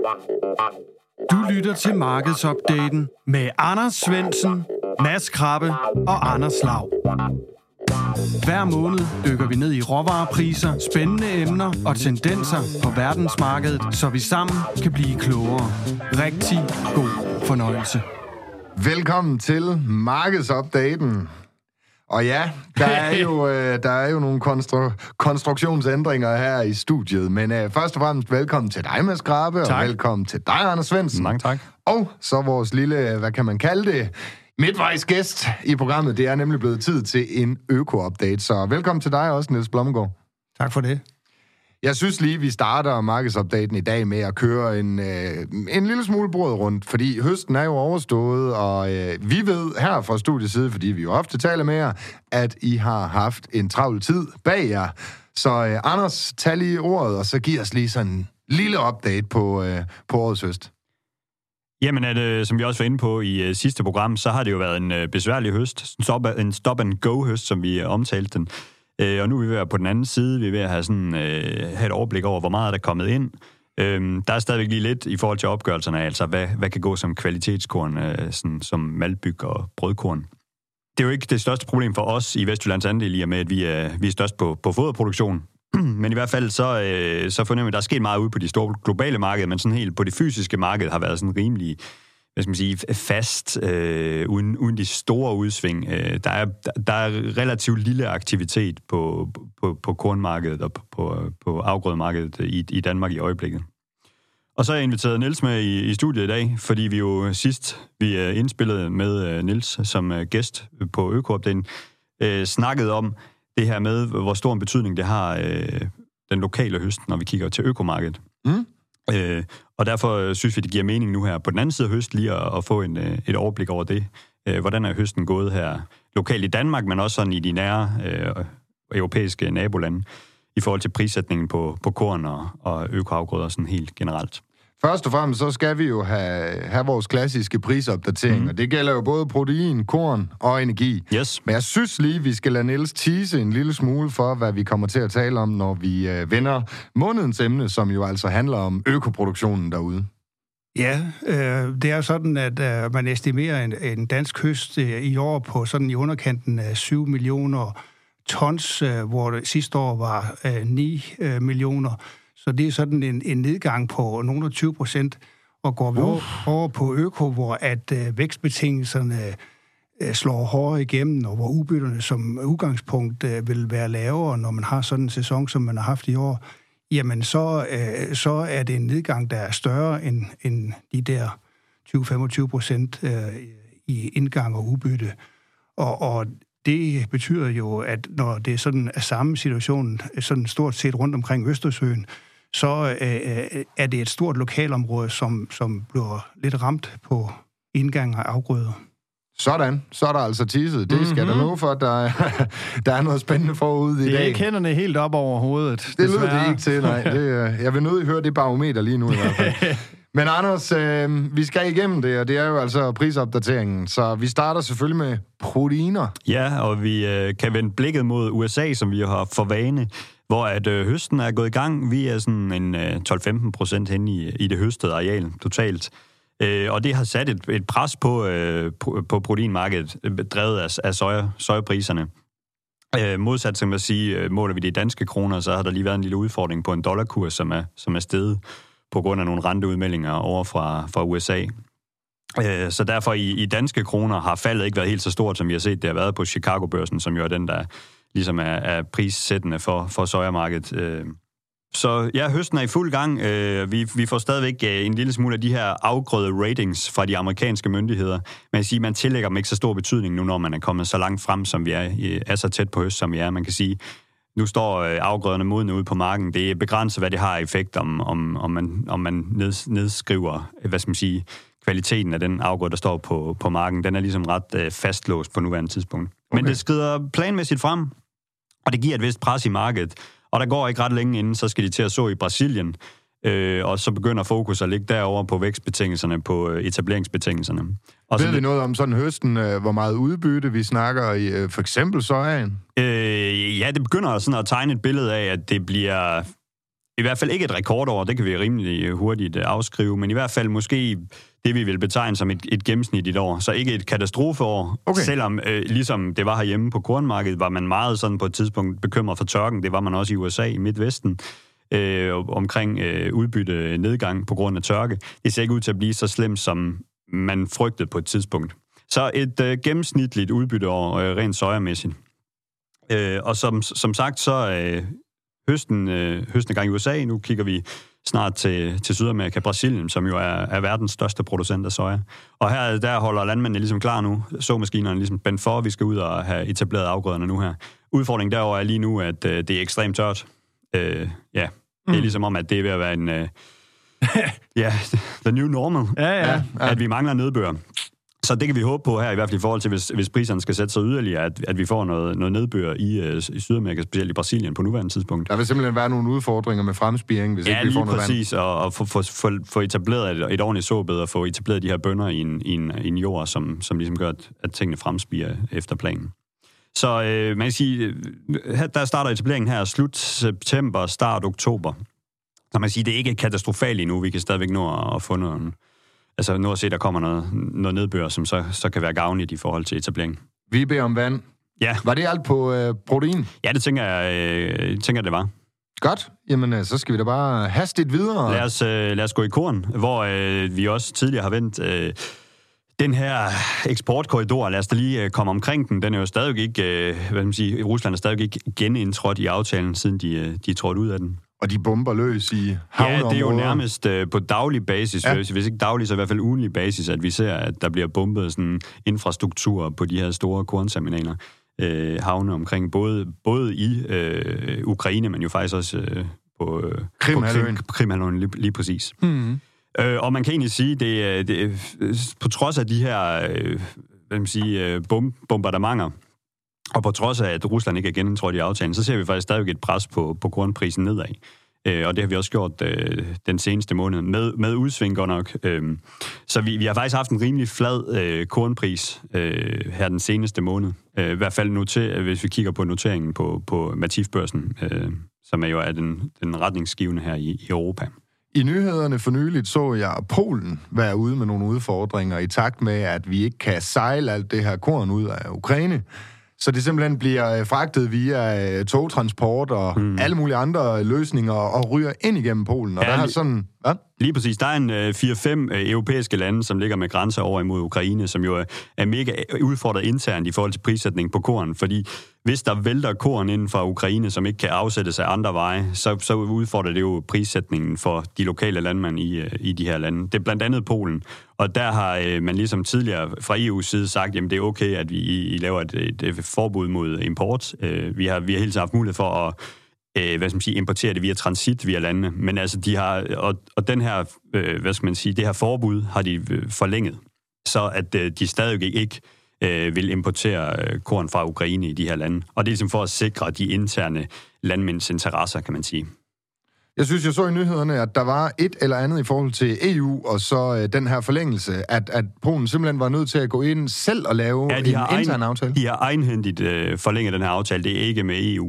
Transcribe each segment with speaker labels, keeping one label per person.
Speaker 1: Du lytter til Markedsupdaten med Anders Svendsen, Mads Krabbe og Anders Lau. Hver måned dykker vi ned i råvarepriser, spændende emner og tendenser på verdensmarkedet, så vi sammen kan blive klogere. Rigtig god fornøjelse.
Speaker 2: Velkommen til Markedsupdaten. Og ja, der er jo nogle konstruktionsændringer her i studiet, men først og fremmest velkommen til dig, Mads Krabbe, og velkommen til dig, Anders Svendsen.
Speaker 3: Mange tak.
Speaker 2: Og så vores lille, hvad kan man kalde det, midtvejsgæst i programmet. Det er nemlig blevet tid til en øko-update, så velkommen til dig også, Niels Blomgaard.
Speaker 4: Tak for det.
Speaker 2: Jeg synes lige, vi starter markedsupdaten i dag med at køre en lille smule brød rundt, fordi høsten er jo overstået, og vi ved her fra studiets side, fordi vi jo ofte taler med jer, at I har haft en travl tid bag jer. Så Anders, tag lige ordet, og så giv os lige sådan en lille update på årets høst.
Speaker 3: Jamen, som vi også var inde på i sidste program, så har det jo været en besværlig høst. En stop-and-go-høst, som vi omtalte den. Og nu er vi ved at være på den anden side. Vi er ved at have et overblik over, hvor meget der er kommet ind. Der er stadigvæk lige lidt i forhold til opgørelserne af, altså hvad kan gå som kvalitetskorn, sådan som maltbyg og brødkorn. Det er jo ikke det største problem for os i Vestjyllands Andel, i og med, at vi er størst på foderproduktion. Men i hvert fald så fornemmer vi, at der er sket meget ude på de store globale markeder, men sådan helt på det fysiske marked har været sådan rimelig, hvad skal man sige, fast, uden de store udsving. Der er relativt lille aktivitet på kornmarkedet og på afgrødemarkedet i Danmark i øjeblikket. Og så har jeg inviteret Niels med i studiet i dag, fordi vi jo sidst, vi indspillede med Niels som gæst på øko-updaten, snakkede om det her med, hvor stor en betydning det har den lokale høst, når vi kigger til økomarkedet. Og derfor synes vi, det giver mening nu her på den anden side af høst lige at få et overblik over det. Hvordan er høsten gået her lokalt i Danmark, men også sådan i de nære europæiske nabolande i forhold til prissætningen på korn og økoafgrøder sådan helt generelt.
Speaker 2: Først og fremmest så skal vi jo have vores klassiske prisopdatering, og det gælder jo både protein, korn og energi.
Speaker 3: Yes.
Speaker 2: Men jeg synes lige, vi skal lade Niels tease en lille smule for, hvad vi kommer til at tale om, når vi vender månedens emne, som jo altså handler om økoproduktionen derude.
Speaker 4: Ja, det er sådan, at man estimerer en dansk høst i år på sådan i underkanten af 7 millioner tons, hvor det sidste år var 9 millioner. Så det er sådan en nedgang på nogle 20%, og går vi over på øko, hvor at vækstbetingelserne slår hårdere igennem, og hvor udbytterne som udgangspunkt vil være lavere, når man har sådan en sæson, som man har haft i år, jamen så er det en nedgang, der er større end de der 20-25% i indgang og udbytte. Og det betyder jo, at når det er sådan af samme situation, sådan stort set rundt omkring Østersøen, så er det et stort lokalområde, som bliver lidt ramt på indgang og afgrøder.
Speaker 2: Sådan, så er der altså teaset. Det skal der love for, at der er noget spændende forud i dag.
Speaker 1: Det er ikke hænderne helt op over hovedet.
Speaker 2: Det lyder det ikke til, nej. Jeg vil nødig høre det barometer lige nu i hvert fald. Men Anders, vi skal igennem det, og det er jo altså prisopdateringen. Så vi starter selvfølgelig med proteiner.
Speaker 3: Ja, og vi kan vende blikket mod USA, som vi har for vane, hvor at høsten er gået i gang. Vi er sådan en 12-15% hen i det høstede areal totalt. Og det har sat et pres på proteinmarkedet, drevet af sojapriserne. Modsat, som jeg siger, måler vi det i danske kroner, så har der lige været en lille udfordring på en dollarkurs, som er steget på grund af nogle renteudmeldinger over fra USA. Så derfor i danske kroner har faldet ikke været helt så stort, som vi har set, det har været på Chicago-børsen, som jo er den, der ligesom er prissættende for sojamarkedet. Så ja, høsten er i fuld gang. Vi får stadigvæk en lille smule af de her afgrøde ratings fra de amerikanske myndigheder. Man tillægger dem ikke så stor betydning nu, når man er kommet så langt frem, som vi er så tæt på høst, som vi er. Man kan sige, nu står afgrøderne modne ude på marken. Det er begrænset, hvad det har effekt, om man nedskriver, hvad skal man sige, kvaliteten af den afgrøde, der står på marken. Den er ligesom ret fastlåst på nuværende tidspunkt. Okay. Men det skrider planmæssigt frem, og det giver et vist pres i markedet. Og der går ikke ret længe inden, så skal de til at så i Brasilien, og så begynder fokus at ligge derover på vækstbetingelserne, på etableringsbetingelserne. Og
Speaker 2: ved vi noget om sådan høsten, hvor meget udbytte vi snakker i, for eksempel sojaen?
Speaker 3: Ja, det begynder sådan at tegne et billede af, at det bliver i hvert fald ikke et rekordår, det kan vi rimelig hurtigt afskrive, men i hvert fald måske det, vi vil betegne som et gennemsnitligt år. Så ikke et katastrofeår, selvom ligesom det var herhjemme på kornmarkedet, var man meget sådan på et tidspunkt bekymret for tørken. Det var man også i USA, i Midtvesten, omkring udbytte nedgang på grund af tørke. Det ser ikke ud til at blive så slemt, som man frygtede på et tidspunkt. Så et gennemsnitligt udbytteår, rent sojamæssigt. Og som sagt, så høsten er gang i USA. Nu kigger vi snart til Sydamerika, Brasilien, som jo er verdens største producent af soja. Og der holder landmændene ligesom klar nu. Såmaskinerne ligesom spændt for, vi skal ud og have etableret afgrøderne nu her. Udfordringen derovre er lige nu, at det er ekstremt tørt. Det er ligesom om, at det er ved at være en... the new normal.
Speaker 1: Ja.
Speaker 3: At vi mangler nedbør. Så det kan vi håbe på her, i hvert fald i forhold til, hvis priserne skal sætte sig yderligere, at vi får noget nedbør i Sydamerika, specielt i Brasilien på nuværende tidspunkt.
Speaker 2: Der vil simpelthen være nogle udfordringer med fremspiring, hvis ikke vi får noget vand.
Speaker 3: Ja, lige præcis, og få etableret et ordentligt såbed, og få etableret de her bønner i en jord, som ligesom gør, at tingene fremspirer efter planen. Så man kan sige, der starter etableringen her slut september, start oktober. Så man kan sige, det er ikke katastrofalt endnu, vi kan stadigvæk nå at få noget... Altså nu at se, der kommer noget nedbør, som så kan være gavnligt i forhold til etablering.
Speaker 2: Vi beder om vand.
Speaker 3: Ja.
Speaker 2: Var det alt på protein?
Speaker 3: Ja, det tænker jeg, det var.
Speaker 2: Godt. Jamen, så skal vi da bare hastigt videre.
Speaker 3: Lad os gå i korn, hvor vi også tidligere har vendt den her eksportkorridor. Lad os da lige komme omkring den. Den er jo stadig ikke, Rusland er stadig ikke genindtrådt i aftalen, siden de trådte ud af den.
Speaker 2: Og de bomber løs i havneområder.
Speaker 3: Ja, det er jo nærmest på daglig basis, hvis ikke daglig, så i hvert fald ugenlig basis, at vi ser, at der bliver bombet sådan infrastruktur på de her store kornterminaler, havne omkring, både i Ukraine, men jo faktisk også på Krimhalvøen, lige præcis. Mm-hmm. Og man kan egentlig sige, det på trods af de her bombardementer, og på trods af, at Rusland ikke er genindtrådt i aftalen, så ser vi faktisk stadig et pres på kornprisen nedad. Og det har vi også gjort den seneste måned med udsving godt nok. Så vi har faktisk haft en rimelig flad kornpris her den seneste måned. I hvert fald hvis vi kigger på noteringen på Matif-børsen, som jo er den retningsgivende her i Europa.
Speaker 2: I nyhederne for nyligt så jeg Polen være ude med nogle udfordringer i takt med, at vi ikke kan sejle alt det her korn ud af Ukraine. Så det simpelthen bliver fragtet via togtransport og alle mulige andre løsninger og ryger ind igennem Polen. Og der er sådan... Hvad?
Speaker 3: Lige præcis. Der er en 4-5 europæiske lande, som ligger med grænser over imod Ukraine, som jo er mega udfordret internt i forhold til prissætning på korn. Fordi hvis der vælter korn inden fra Ukraine, som ikke kan afsættes af andre veje, så udfordrer det jo prissætningen for de lokale landmænd i de her lande. Det er blandt andet Polen. Og der har man ligesom tidligere fra EU's side sagt, jamen det er okay, at I laver et forbud mod import. Vi har hele tiden haft mulighed for at importere det via transit via landene, men altså de har og den her det her forbud har de forlænget, så at de stadig ikke vil importere korn fra Ukraine i de her lande, og det er ligesom for at sikre de interne landmænds interesser, kan man sige.
Speaker 2: Jeg synes, jeg så i nyhederne, at der var et eller andet i forhold til EU, og så den her forlængelse, at Polen simpelthen var nødt til at gå ind selv og lave en intern aftale.
Speaker 3: De har egenhændigt forlænget den her aftale. Det er ikke med EU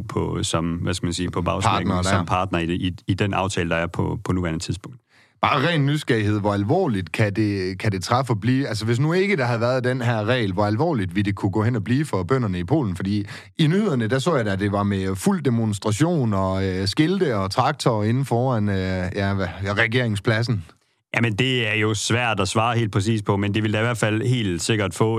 Speaker 3: på bagsmækken, som partner i den aftale, der er på nuværende tidspunkt.
Speaker 2: Bare ren nysgerrighed, hvor alvorligt kan det træffe at blive? Altså hvis nu ikke der havde været den her regel, hvor alvorligt ville det kunne gå hen og blive for bønderne i Polen? Fordi i nyhederne, der så jeg da, at det var med fuld demonstration og skilte og traktorer inden foran regeringspladsen.
Speaker 3: Jamen det er jo svært at svare helt præcis på, men det vil da i hvert fald helt sikkert få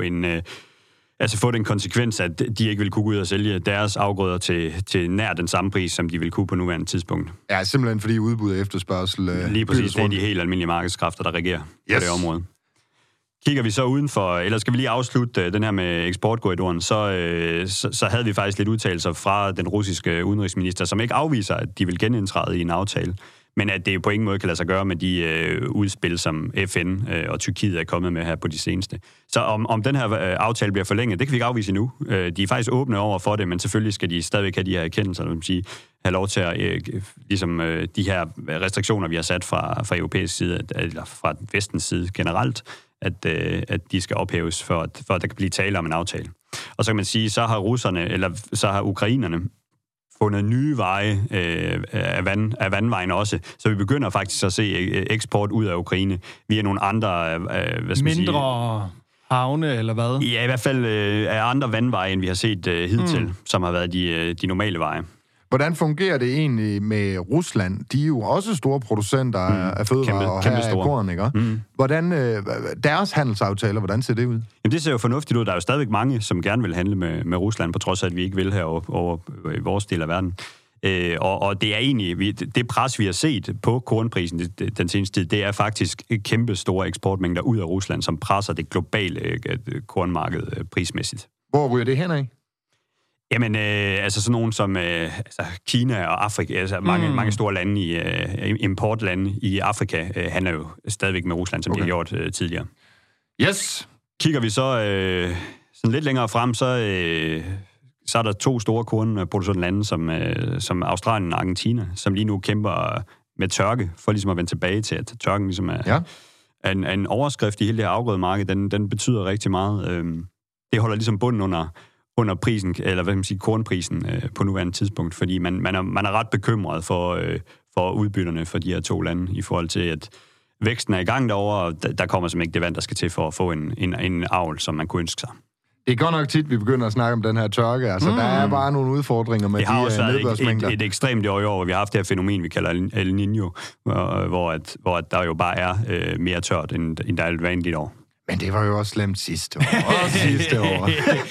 Speaker 3: den konsekvens, at de ikke vil kunne gå ud og sælge deres afgrøder til nær den samme pris, som de vil kunne på nuværende tidspunkt.
Speaker 2: Ja, simpelthen fordi udbud og efterspørgsel...
Speaker 3: Lige præcis, det er de helt almindelige markedskræfter, der regerer på det område. Kigger vi så udenfor, eller skal vi lige afslutte den her med eksportkorridoren, så havde vi faktisk lidt udtalelser fra den russiske udenrigsminister, som ikke afviser, at de vil genindtræde i en aftale, men at det på ingen måde kan lade sig gøre med de udspil, som FN og Tyrkiet er kommet med her på de seneste. Så om den her aftale bliver forlænget, det kan vi ikke afvise endnu. De er faktisk åbne over for det, men selvfølgelig skal de stadigvæk have de her erkendelser, have lov til at, de her restriktioner, vi har sat fra europæisk side, eller fra vestens side generelt, at de skal ophæves, for at der kan blive tale om en aftale. Og så kan man sige, så har ukrainerne fundet nye veje af vandvejen også. Så vi begynder faktisk at se eksport ud af Ukraine via nogle andre...
Speaker 1: mindre havne, eller hvad?
Speaker 3: Ja, i hvert fald af andre vandveje, end vi har set hidtil, som har været de normale veje.
Speaker 2: Hvordan fungerer det egentlig med Rusland? De er jo også store producenter af fødevarer og her af korn, ikke? Hvordan deres handelsaftaler, hvordan ser det ud?
Speaker 3: Jamen, det ser jo fornuftigt ud. Der er jo stadigvæk mange, som gerne vil handle med Rusland, på trods af, at vi ikke vil her over i vores del af verden. Og det er egentlig, det pres, vi har set på kornprisen den seneste tid, det er faktisk kæmpe store eksportmængder ud af Rusland, som presser det globale kornmarked prismæssigt.
Speaker 2: Hvor ryger det hen af?
Speaker 3: Jamen, altså sådan nogle som Kina og Afrika, altså mange store lande importlande i Afrika, handler jo stadigvæk med Rusland, som de har gjort tidligere.
Speaker 2: Yes!
Speaker 3: Kigger vi så sådan lidt længere frem, så er der 2 store kornproducerende lande, som Australien og Argentina, som lige nu kæmper med tørke, for ligesom at vende tilbage til, at tørken ligesom er en overskrift i hele det her afgrødemarked. Den betyder rigtig meget. Det holder ligesom bunden under prisen, eller hvad man siger, kornprisen på nuværende tidspunkt, fordi man er ret bekymret for udbytterne for de her 2 lande, i forhold til, at væksten er i gang derovre, og der kommer simpelthen ikke det vand, der skal til for at få en avl, som man kunne ønske sig.
Speaker 2: Det er godt nok tit, vi begynder at snakke om den her tørke. Altså, der er bare nogle udfordringer med de nedbørsmængder.
Speaker 3: Det er ekstremt i år, vi har haft det her fænomen, vi kalder El Niño, hvor der jo bare er mere tørt, end der er et vanligt år.
Speaker 2: Men det var jo også slemt sidste år.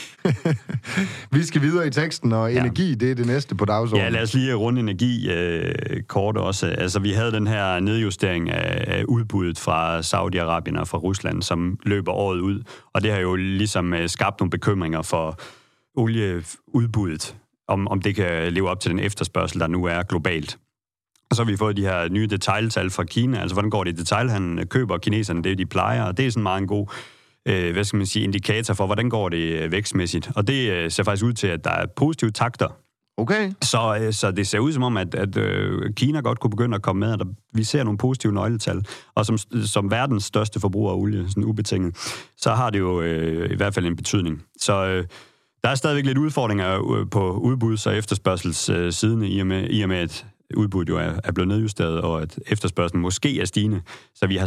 Speaker 2: Vi skal videre i teksten, og energi, det er det næste på dagsordenen.
Speaker 3: Ja, lad os lige runde energi kort også. Altså, vi havde den her nedjustering af udbuddet fra Saudi-Arabien og fra Rusland, som løber året ud, og det har jo ligesom skabt nogle bekymringer for olieudbuddet, om det kan leve op til den efterspørgsel, der nu er globalt. Og så har vi fået de her nye detailtal fra Kina, altså hvordan går det i detailhandlen, køber kineserne det, de plejer, og det er sådan meget en god indikator for, hvordan går det vækstmæssigt. Og det ser faktisk ud til, at der er positive takter.
Speaker 2: Okay.
Speaker 3: Så det ser ud som om, at Kina godt kunne begynde at komme med, og vi ser nogle positive nøgletal. Og som verdens største forbruger af olie, sådan ubetinget, så har det jo i hvert fald en betydning. Så der er stadigvæk lidt udfordringer på udbuds- og efterspørgselssiden, i og med at udbuddet jo er blevet nedjusteret, og at efterspørgselen måske er stigende. Så vi har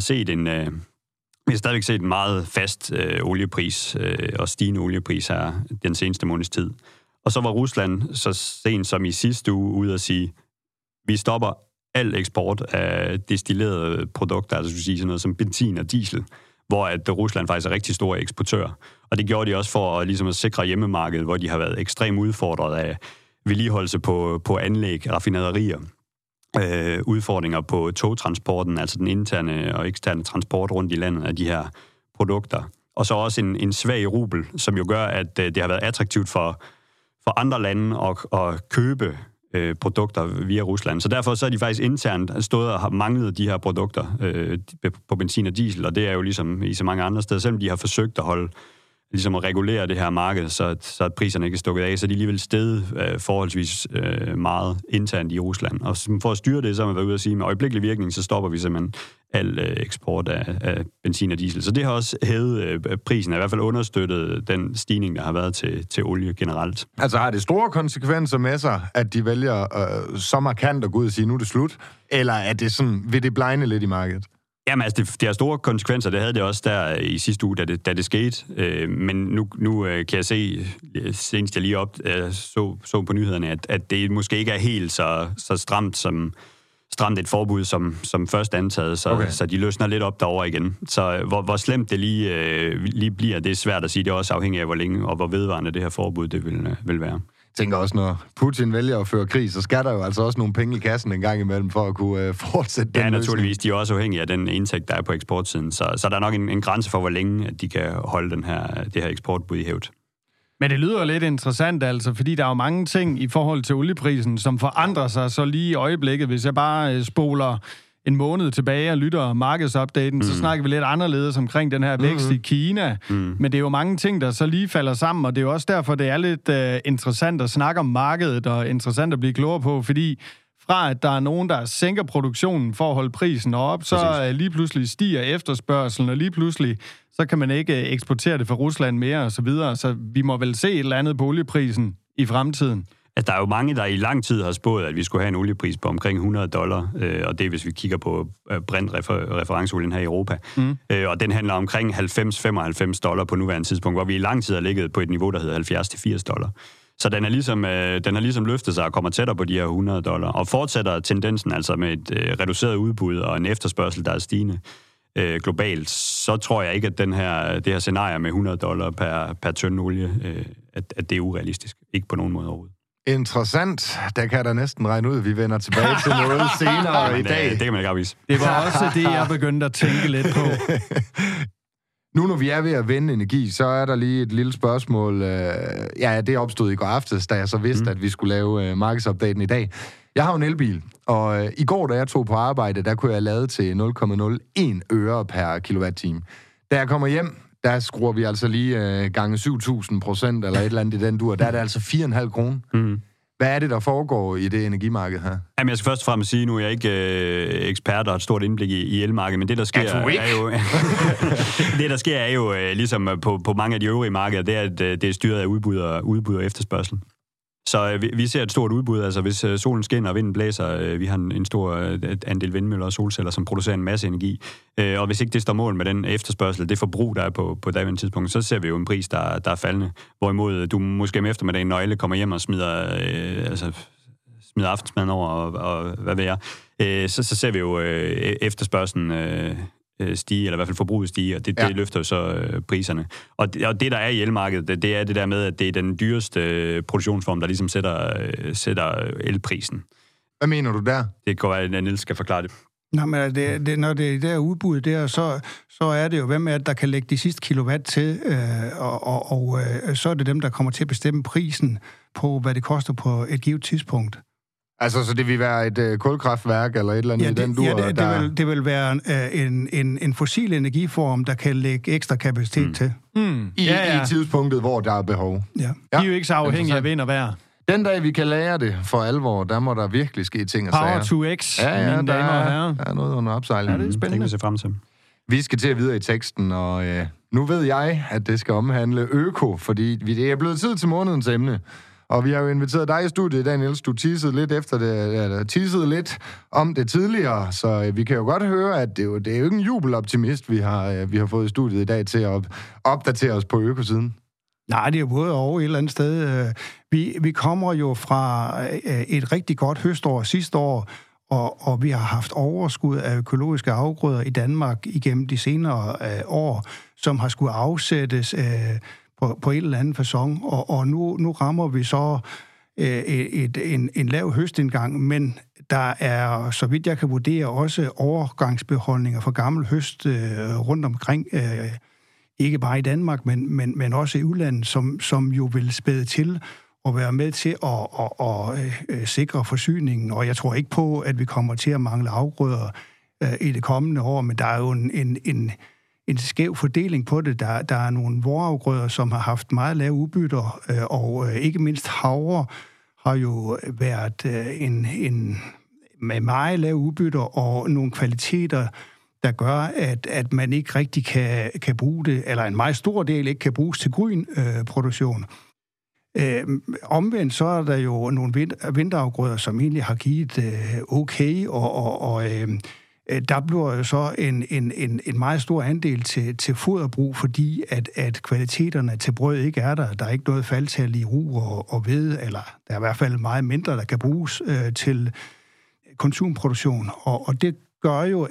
Speaker 3: stadigvæk set en meget fast oliepris og stigende oliepris her den seneste måneds tid. Og så var Rusland så sent som i sidste uge ude at sige, vi stopper al eksport af destillerede produkter, altså sige sådan noget som benzin og diesel, hvor at Rusland faktisk er rigtig stor eksportør. Og det gjorde de også for at sikre hjemmemarkedet, hvor de har været ekstremt udfordret af vedligeholdelse på anlæg, raffinaderier, udfordringer på togtransporten, altså den interne og eksterne transport rundt i landet af de her produkter. Og så også en svag rubel, som jo gør, at det har været attraktivt for andre lande at købe produkter via Rusland. Så derfor så er de faktisk internt stået og har manglet de her produkter på benzin og diesel, og det er jo ligesom i så mange andre steder, selvom de har forsøgt at at regulere det her marked, så priserne ikke er stukket af, så de alligevel steget forholdsvis meget internt i Rusland. Og for at styre det, så har man været ude at sige, med øjeblikkelig virkning, så stopper vi simpelthen al eksport af benzin og diesel. Så det har også hævet prisen, i hvert fald understøttet den stigning, der har været til olie generelt. Altså
Speaker 2: har det store konsekvenser med sig, at de vælger så markant at gå ud og sige, nu er det slut? Eller er det sådan, vil det blegne lidt i markedet?
Speaker 3: Jamen altså, det har store konsekvenser. Det havde det også der i sidste uge, da det skete. Men nu kan jeg se, senest jeg lige så på nyhederne, at det måske ikke er helt så stramt et forbud, som først antaget, så de løsner lidt op derover igen. Så hvor slemt det lige bliver, det er svært at sige. Det er også afhængigt af, hvor længe og hvor vedvarende det her forbud det vil være.
Speaker 2: Jeg tænker også, når Putin vælger at føre krig, så skal der jo altså også nogle penge i kassen en gang imellem, for at kunne fortsætte den løsning.
Speaker 3: Naturligvis. De er også afhængige af den indtægt, der er på eksportsiden. Så der er nok en grænse for, hvor længe de kan holde det her eksportbud i hævd.
Speaker 1: Men det lyder lidt interessant, altså, fordi der er jo mange ting i forhold til olieprisen, som forandrer sig så lige i øjeblikket. Hvis jeg bare spoler en måned tilbage og lytter markedsupdaten, så snakker vi lidt anderledes omkring den her vækst i Kina. Men det er jo mange ting, der så lige falder sammen, og det er jo også derfor, det er lidt interessant at snakke om markedet, og interessant at blive klogere på, fordi fra at der er nogen, der sænker produktionen for at holde prisen op, så lige pludselig stiger efterspørgselen, og lige pludselig så kan man ikke eksportere det fra Rusland mere, og så videre. Så vi må vel se et eller andet på olieprisen i fremtiden.
Speaker 3: at der er jo mange, der i lang tid har spået, at vi skulle have en oliepris på omkring $100, og det er, hvis vi kigger på Brent-referenceolien her i Europa. Og den handler omkring $90-95 på nuværende tidspunkt, hvor vi i lang tid har ligget på et niveau, der hedder $70-80. Så den er ligesom løftet sig og kommer tættere på de her $100. Og fortsætter tendensen altså med et reduceret udbud og en efterspørgsel, der er stigende globalt, så tror jeg ikke, at det her scenarie med $100 per tønde olie, at det er urealistisk. Ikke på nogen måde overhovedet. Interessant.
Speaker 2: Der kan der næsten regne ud, at vi vender tilbage til noget senere i dag.
Speaker 3: Det kan man ikke afvise.
Speaker 1: Det var også det, jeg begyndte at tænke lidt på.
Speaker 2: Nu når vi er ved at vende energi, så er der lige et lille spørgsmål. Det opstod i går aftes, da jeg så vidste, at vi skulle lave markedsopdaten i dag. Jeg har jo en elbil, og i går, da jeg tog på arbejde, der kunne jeg lade til 0,01 øre per kilowatt-time. Da jeg kommer hjem, der skruer vi altså lige gange 7.000% eller et eller andet i den dur. Der er det altså 4,5 kroner. Hvad er det, der foregår i det energimarked her?
Speaker 3: Jamen, jeg skal først og fremmest sige, nu er jeg ikke ekspert og har et stort indblik i elmarkedet, men det, der sker, er jo ligesom på mange af de øvrige markeder, det er, at det er styret af udbud og efterspørgsel. Så vi ser et stort udbud, altså hvis solen skinner og vinden blæser, vi har en stor andel vindmøller og solceller, som producerer en masse energi, og hvis ikke det står mål med den efterspørgsel, det forbrug, der er på daværende tidspunkt, så ser vi jo en pris, der er faldende. Hvorimod du måske om eftermiddagen, når alle kommer hjem og smider aftensmaden over, og hvad ved jeg, så ser vi jo efterspørgselen stige, eller i hvert fald forbruget stige, og det løfter jo så priserne. Og det, der er i elmarkedet, det er det der med, at det er den dyreste produktionsform, der ligesom sætter elprisen.
Speaker 2: Hvad mener du der?
Speaker 3: Det går være, at Niels skal forklare det.
Speaker 4: Nå, men når det er der udbud der, så er det jo, hvem er det, der kan lægge de sidste kilowatt til, og så er det dem, der kommer til at bestemme prisen på, hvad det koster på et givet tidspunkt.
Speaker 2: Altså, så det vil være et kulkraftværk eller et eller andet i den dur?
Speaker 4: Det vil være en fossil energiform, der kan lægge ekstra kapacitet til.
Speaker 2: I tidspunktet, hvor der er behov.
Speaker 1: Ja. De er jo ikke så afhængige af vind og vejr.
Speaker 2: Den dag, vi kan lære det for alvor, der må der virkelig ske ting og sager.
Speaker 1: Power to X, mine damer og herrer.
Speaker 2: Der er noget under opsejling.
Speaker 1: Ja, det er spændende.
Speaker 3: Det kan vi se frem til.
Speaker 2: Vi skal til at videre i teksten, og nu ved jeg, at det skal omhandle øko, fordi det er blevet tid til månedens emne. Og vi har jo inviteret dig i studiet i dag, Niels. Du teasede lidt om det tidligere, så vi kan jo godt høre, at det er jo ikke en jubeloptimist, vi har fået i studiet i dag til at opdatere os på økosiden.
Speaker 4: Nej, det er både over et eller andet sted. Vi kommer jo fra et rigtig godt høstår sidste år, og vi har haft overskud af økologiske afgrøder i Danmark igennem de senere år, som har skulle afsættes på en eller anden facon, og nu rammer vi så en lav høstindgang, men der er, så vidt jeg kan vurdere, også overgangsbeholdninger for gammel høst rundt omkring, ikke bare i Danmark, men også i udlandet, som jo vil spæde til og være med til at sikre forsyningen. Og jeg tror ikke på, at vi kommer til at mangle afgrøder i det kommende år, men der er jo en skæv fordeling på det. Der er nogle vårafgrøder, som har haft meget lave udbytter, og ikke mindst havre har jo været med meget lave udbytter og nogle kvaliteter, der gør, at man ikke rigtig kan bruge det, eller en meget stor del ikke kan bruges til grønproduktion. Omvendt så er der jo nogle vinterafgrøder, som egentlig har givet okay, og der bliver jo så en meget stor andel til foderbrug, fordi at kvaliteterne til brød ikke er der. Der er ikke noget faldtal i ru og hvede, eller der er i hvert fald meget mindre, der kan bruges til konsumproduktion. Og det gør jo,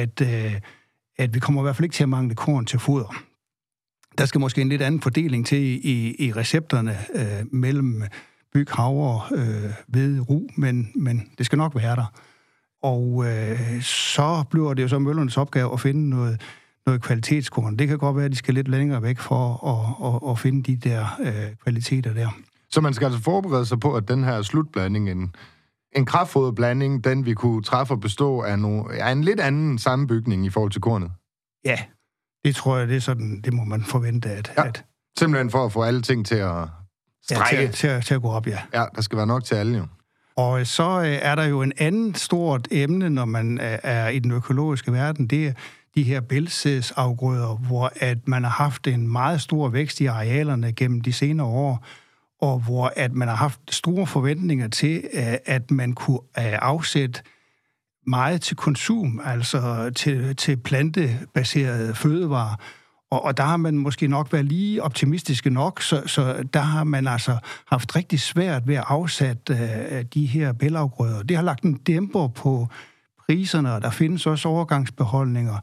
Speaker 4: at vi kommer i hvert fald ikke til at mangle korn til foder. Der skal måske en lidt anden fordeling til i recepterne mellem byg, havre, hvede, ru, men det skal nok være der. Og så bliver det jo så møllernes opgave at finde noget kvalitetskorn. Det kan godt være, at de skal lidt længere væk for at finde de der kvaliteter der.
Speaker 2: Så man skal altså forberede sig på, at den her slutblanding, en kraftfoderblanding, den vi kunne træffe og bestå af en lidt anden sammenbygning i forhold til kornet?
Speaker 4: Ja, det tror jeg, det er sådan, det må man forvente. At
Speaker 2: simpelthen for at få alle ting til at strække.
Speaker 4: Ja, til at gå op, ja.
Speaker 2: Ja, der skal være nok til alle jo.
Speaker 4: Og så er der jo en anden stort emne, når man er i den økologiske verden, det er de her bælgsædsafgrøder, hvor at man har haft en meget stor vækst i arealerne gennem de senere år, og hvor at man har haft store forventninger til, at man kunne afsætte meget til konsum, altså til plantebaserede fødevarer. Og der har man måske nok været lige optimistiske nok, så der har man altså haft rigtig svært ved at afsætte de her bælafgrøder. Det har lagt en dæmper på priserne, og der findes også overgangsbeholdninger.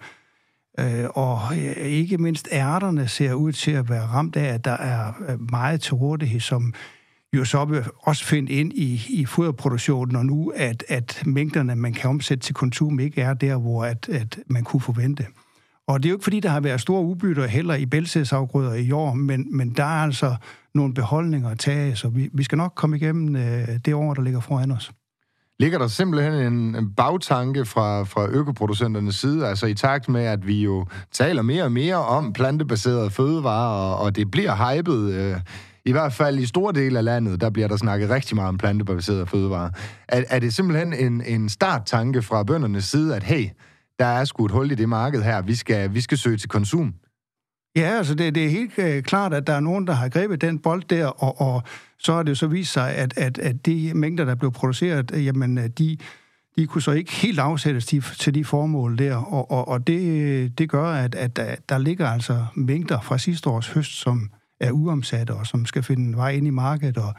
Speaker 4: Og ikke mindst ærterne ser ud til at være ramt af, at der er meget til rådighed, som jo så vil også finde ind i foderproduktionen, og nu at mængderne, man kan omsætte til konsum, ikke er der, hvor at man kunne forvente. Og det er jo ikke, fordi der har været store udbytter heller i bælgsædsafgrøder i år, men der er altså nogle beholdninger at tage, så vi skal nok komme igennem det år, der ligger foran os.
Speaker 2: Ligger der simpelthen en bagtanke fra økoproducenternes side, altså i takt med, at vi jo taler mere og mere om plantebaserede fødevarer, og det bliver hypet, i hvert fald i store dele af landet, der bliver der snakket rigtig meget om plantebaserede fødevarer. Er det simpelthen en starttanke fra bøndernes side, at hey, der er sgu et hul i det marked her, vi skal søge til konsum?
Speaker 4: Ja, altså det er helt klart, at der er nogen, der har grebet den bold der, og så har det jo så vist sig, at de mængder, der blev produceret, jamen de kunne så ikke helt afsættes til de formål der, og det gør, at der ligger altså mængder fra sidste års høst, som er uomsatte, og som skal finde vej ind i markedet, og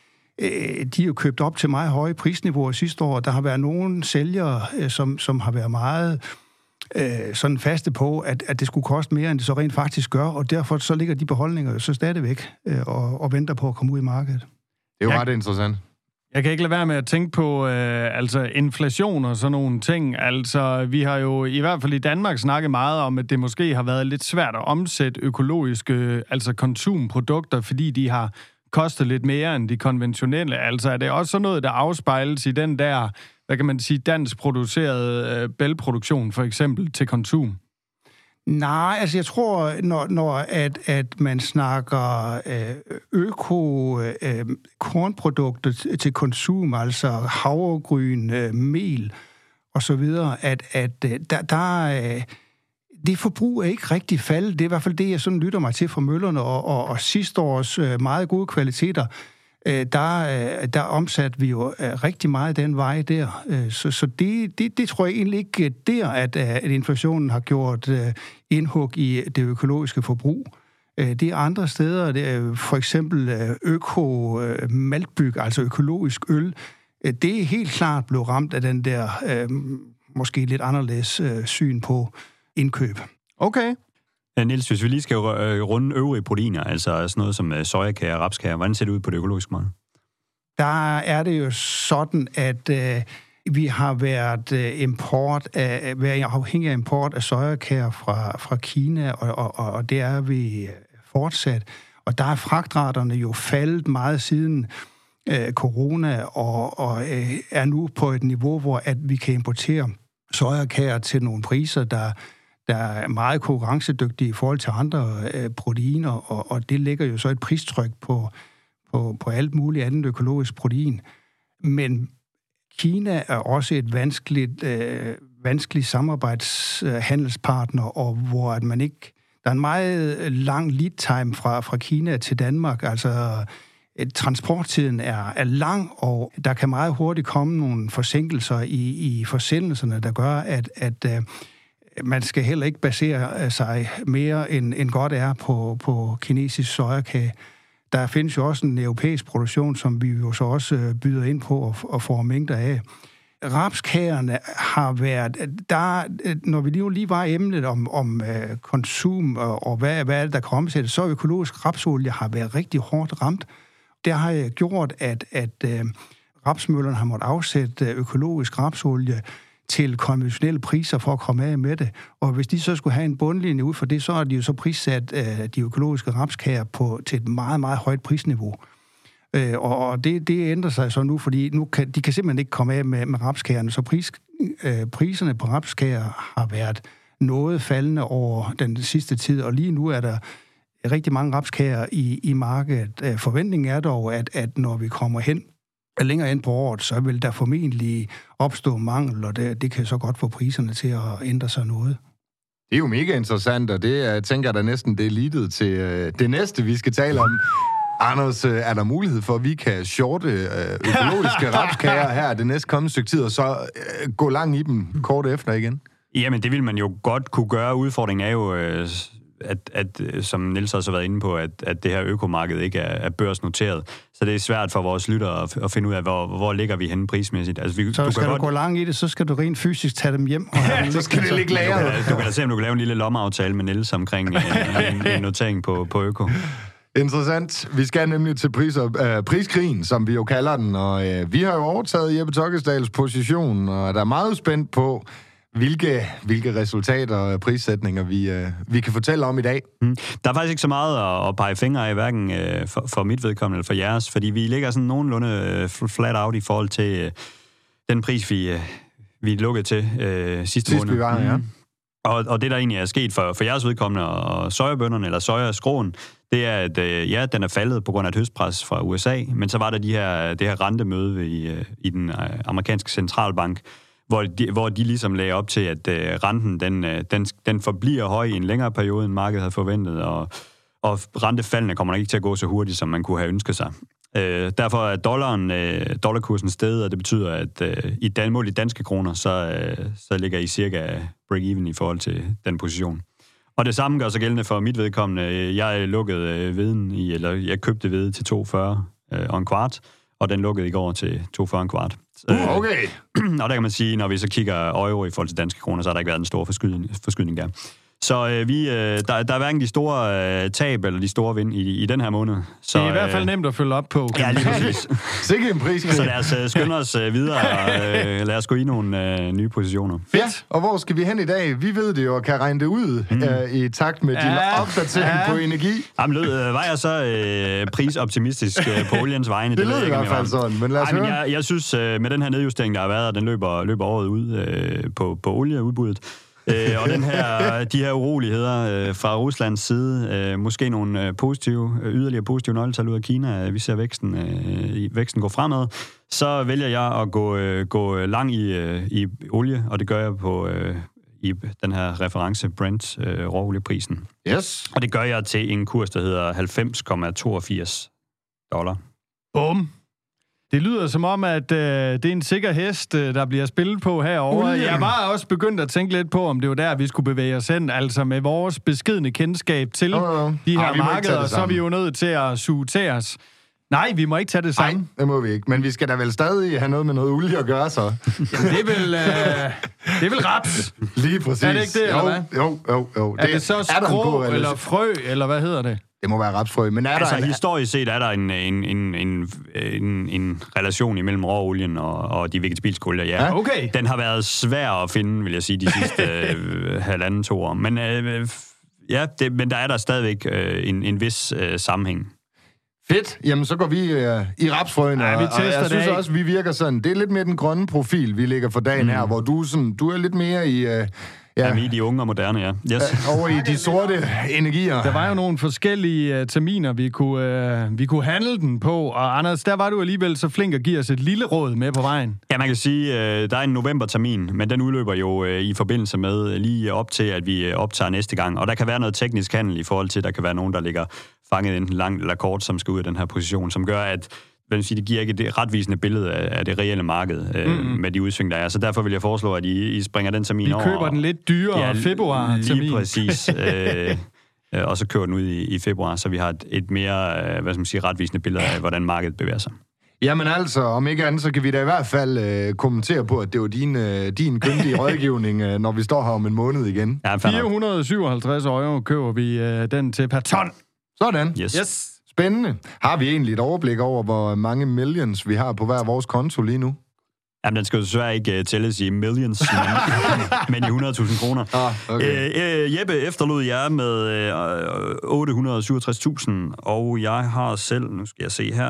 Speaker 4: de er jo købt op til meget høje prisniveauer sidste år. Der har været nogle sælgere, som har været meget sådan faste på, at det skulle koste mere, end det så rent faktisk gør, og derfor så ligger de beholdninger jo så stadigvæk og venter på at komme ud i markedet.
Speaker 2: Det er jo ret interessant.
Speaker 5: Jeg kan ikke lade være med at tænke på altså inflation og sådan nogle ting. Altså, vi har jo i hvert fald i Danmark snakket meget om, at det måske har været lidt svært at omsætte økologiske, altså konsumprodukter, fordi de har kostet lidt mere end de konventionelle. Altså, er det også sådan noget, der afspejles i den der, hvad kan man sige, dansk produceret bælgproduktion, for eksempel, til konsum?
Speaker 4: Nej, altså jeg tror, når man snakker kornprodukter til konsum, altså havregryn, mel og så videre, at det forbrug er ikke rigtig faldet. Det er i hvert fald det, jeg sådan lytter mig til fra møllerne, og sidste års meget gode kvaliteter, der omsatte vi jo rigtig meget den vej der. Så det tror jeg egentlig ikke der, at inflationen har gjort indhug i det økologiske forbrug. Det er andre steder, det er for eksempel øko-maltbyg, altså økologisk øl. Det er helt klart blevet ramt af den der måske lidt anderledes syn på indkøb.
Speaker 5: Okay.
Speaker 3: Niels, hvis vi lige skal runde øvrige proteiner, altså sådan noget som sojakager og rapskager, hvordan ser det ud på det økologiske marked?
Speaker 4: Der er det jo sådan, at vi har været afhængig af import af sojakager fra Kina, og det er vi fortsat. Og der er fragtraterne jo faldet meget siden corona, og er nu på et niveau, hvor at vi kan importere sojakager til nogle priser, der er meget konkurrencedygtige i forhold til andre proteiner, og det lægger jo så et pristryk på alt muligt andet økologisk protein. Men Kina er også et vanskeligt samarbejdshandelspartner, og hvor at man ikke... Der er en meget lang lead time fra Kina til Danmark, altså transporttiden er lang, og der kan meget hurtigt komme nogle forsinkelser i forsendelserne, der gør, at man skal heller ikke basere sig mere end godt er på kinesisk sojakage. Der findes jo også en europæisk produktion, som vi jo så også byder ind på og får mængder af. Rapskagerne har været... når vi lige var emnet om konsum og hvad er det, der kan omsættes, så økologisk rapsolie har været rigtig hårdt ramt. Det har gjort, at rapsmøllerne har måttet afsætte økologisk rapsolie til konventionelle priser for at komme af med det. Og hvis de så skulle have en bundlinje ud for det, så er de jo så prissat de økologiske rapskager til et meget, meget højt prisniveau. Og det ændrer sig så nu, fordi de kan simpelthen ikke komme af med rapskagerne, så priserne på rapskager har været noget faldende over den sidste tid, og lige nu er der rigtig mange rapskager i markedet. Forventningen er dog, at når vi kommer længere ind på året, så vil der formentlig opstå mangel, og det kan så godt få priserne til at ændre sig noget.
Speaker 2: Det er jo mega interessant, og det tænker jeg da næsten, det er leadet til det næste, vi skal tale om. Anders, er der mulighed for, at vi kan shorte økologiske rapskager her det næste kommende stykke tid, og så gå langt i dem kort efter igen?
Speaker 3: Jamen, det vil man jo godt kunne gøre. Udfordringen er jo, at som Niels også har været inde på, at det her økomarked ikke er børsnoteret. Så det er svært for vores lyttere at finde ud af, hvor ligger vi henne prismæssigt. Altså,
Speaker 4: så skal du gå langt i det, så skal du rent fysisk tage dem hjem. Og
Speaker 2: så skal det ligge lagret.
Speaker 3: Du kan da se, om du kan lave en lille lommeaftale med Niels omkring en notering på øko.
Speaker 2: Interessant. Vi skal nemlig til priskrigen, som vi jo kalder den, og vi har jo overtaget Jeppe Tokkesdals position, og der er meget spændt på, hvilke resultater og prissætninger vi kan fortælle om i dag.
Speaker 3: Der er faktisk ikke så meget at pege fingre af, hverken for mit vedkommende eller for jeres, fordi vi ligger sådan nogenlunde flat out i forhold til den pris, vi lukkede til sidste måned.
Speaker 2: Vi var, ja.
Speaker 3: Og det, der egentlig er sket for jeres vedkommende og sojabønderne, eller sojaskroen, det er, at den er faldet på grund af et høstpres fra USA, men så var der det her rentemøde i den amerikanske centralbank, hvor de ligesom lagde op til, at renten den forbliver høj i en længere periode, end markedet havde forventet, og rentefaldene kommer nok ikke til at gå så hurtigt, som man kunne have ønsket sig. Derfor er dollarkursen steget, og det betyder, at i mål i danske kroner, så ligger I cirka break-even i forhold til den position. Og det samme gør sig gældende for mit vedkommende. Jeg lukkede veden jeg købte hvede til 2,40 og en kvart, og den lukkede i går til 2,40 en kvart.
Speaker 2: Okay.
Speaker 3: Og der kan man sige, når vi så kigger euro i forhold til danske kroner, så har der ikke været en stor forskydning der. Så der er hverken de store tab eller de store vind i den her måned. Så,
Speaker 5: det er i hvert fald nemt at følge op på.
Speaker 3: Ja, lige præcis.
Speaker 2: Sikke en pris.
Speaker 3: Så lad os skynde os videre, og lad os gå i nogle nye positioner.
Speaker 2: Fedt. Og hvor skal vi hen i dag? Vi ved det jo, og kan regne det ud i takt med din opdatering på energi.
Speaker 3: Jamen, var jeg så prisoptimistisk på oliens vegne?
Speaker 2: Det lød i hvert fald sådan, men lad os høre.
Speaker 3: Jeg synes, med den her nedjustering, der har været, den løber året ud på olieudbuddet, og de her uroligheder fra Ruslands side, måske nogle yderligere positive nøgletal ud af Kina, vi ser væksten gå fremad, så vælger jeg at gå lang i olie, og det gør jeg på i den her reference Brent råolieprisen.
Speaker 2: Yes.
Speaker 3: Og det gør jeg til en kurs, der hedder $90,82.
Speaker 5: Bum. Det lyder som om, at det er en sikker hest, der bliver spillet på herovre. Jeg var også begyndt at tænke lidt på, om det var der, vi skulle bevæge os hen. Altså med vores beskedne kendskab til de her markeder, så er vi jo nødt til at suge til os. Nej, vi må ikke tage det samme.
Speaker 2: Nej, det må vi ikke. Men vi skal da vel stadig have noget med noget olie at gøre, så.
Speaker 5: Jamen, det er vel raps.
Speaker 2: Lige præcis.
Speaker 5: Er det ikke det, eller hvad?
Speaker 2: Jo.
Speaker 5: Er det så skrå, eller frø, eller hvad hedder det?
Speaker 2: Det må være rapsfrø, men
Speaker 3: historisk set er der en relation imellem råolien og de vegetabilske olier. Ja,
Speaker 5: okay.
Speaker 3: Den har været svær at finde, vil jeg sige, de sidste 1,5-2 år. Men men der er der stadigvæk en vis sammenhæng.
Speaker 2: Fedt. Jamen, så går vi i rapsfrøen, og jeg synes også, vi virker sådan. Det er lidt mere den grønne profil, vi ligger for dagen her, hvor du er lidt mere i...
Speaker 3: Jamen, i de unge og moderne, ja. Yes.
Speaker 2: Over i de sorte energier.
Speaker 5: Der var jo nogle forskellige terminer, vi kunne handle den på, og Anders, der var du alligevel så flink at give os et lille råd med på vejen.
Speaker 3: Ja, man kan sige, der er en november-termin, men den udløber jo i forbindelse med lige op til, at vi optager næste gang, og der kan være noget teknisk handel i forhold til, at der kan være nogen, der ligger fanget enten langt eller kort, som skal ud af den her position, som gør, at det giver ikke et retvisende billede af det reelle marked med de udsving, der er. Så derfor vil jeg foreslå, at I springer den termin over.
Speaker 5: Vi køber den lidt dyrere februar-termin.
Speaker 3: Lige præcis. Og så kører den ud i februar, så vi har et mere retvisende billede af, hvordan markedet bevæger sig.
Speaker 2: Jamen altså, om ikke andet, så kan vi da i hvert fald kommentere på, at det var din kyndige rådgivning, når vi står her om en måned igen.
Speaker 5: Ja, 457 € køber vi den til per ton.
Speaker 2: Sådan.
Speaker 3: Yes.
Speaker 2: Spændende. Har vi egentlig et overblik over, hvor mange millions vi har på hver vores konto lige nu?
Speaker 3: Jamen, den skal jo desværre ikke tælles i millions, men i 100.000 kroner.
Speaker 2: Okay.
Speaker 3: Jeppe efterlod jeg med 867.000, og jeg har selv, nu skal jeg se her,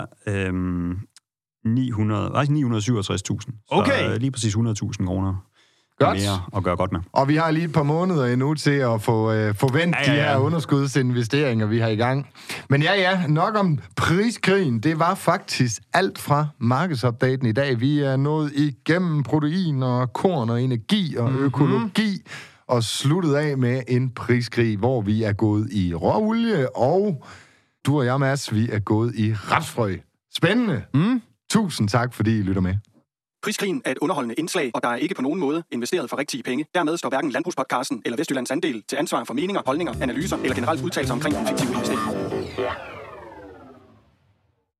Speaker 3: 967.000.
Speaker 5: Okay.
Speaker 3: Så lige præcis 100.000 kroner.
Speaker 2: Godt.
Speaker 3: Mere at gøre godt med.
Speaker 2: Og vi har lige et par måneder endnu til at få vendt de her underskudsinvesteringer, vi har i gang. Men nok om priskrigen. Det var faktisk alt fra markedsopdaten i dag. Vi er nået igennem protein og korn og energi og økologi og sluttet af med en priskrig, hvor vi er gået i råolie og du og jeg, Mads, vi er gået i retsfrø. Spændende. Tusind tak, fordi I lytter med.
Speaker 1: Priskrigen er et underholdende indslag, og der er ikke på nogen måde investeret for rigtige penge. Dermed står hverken Landbrugspodcasten eller Vestjyllands Andel til ansvar for meninger, holdninger, analyser eller generelt udtalelser omkring en fiktiv investering.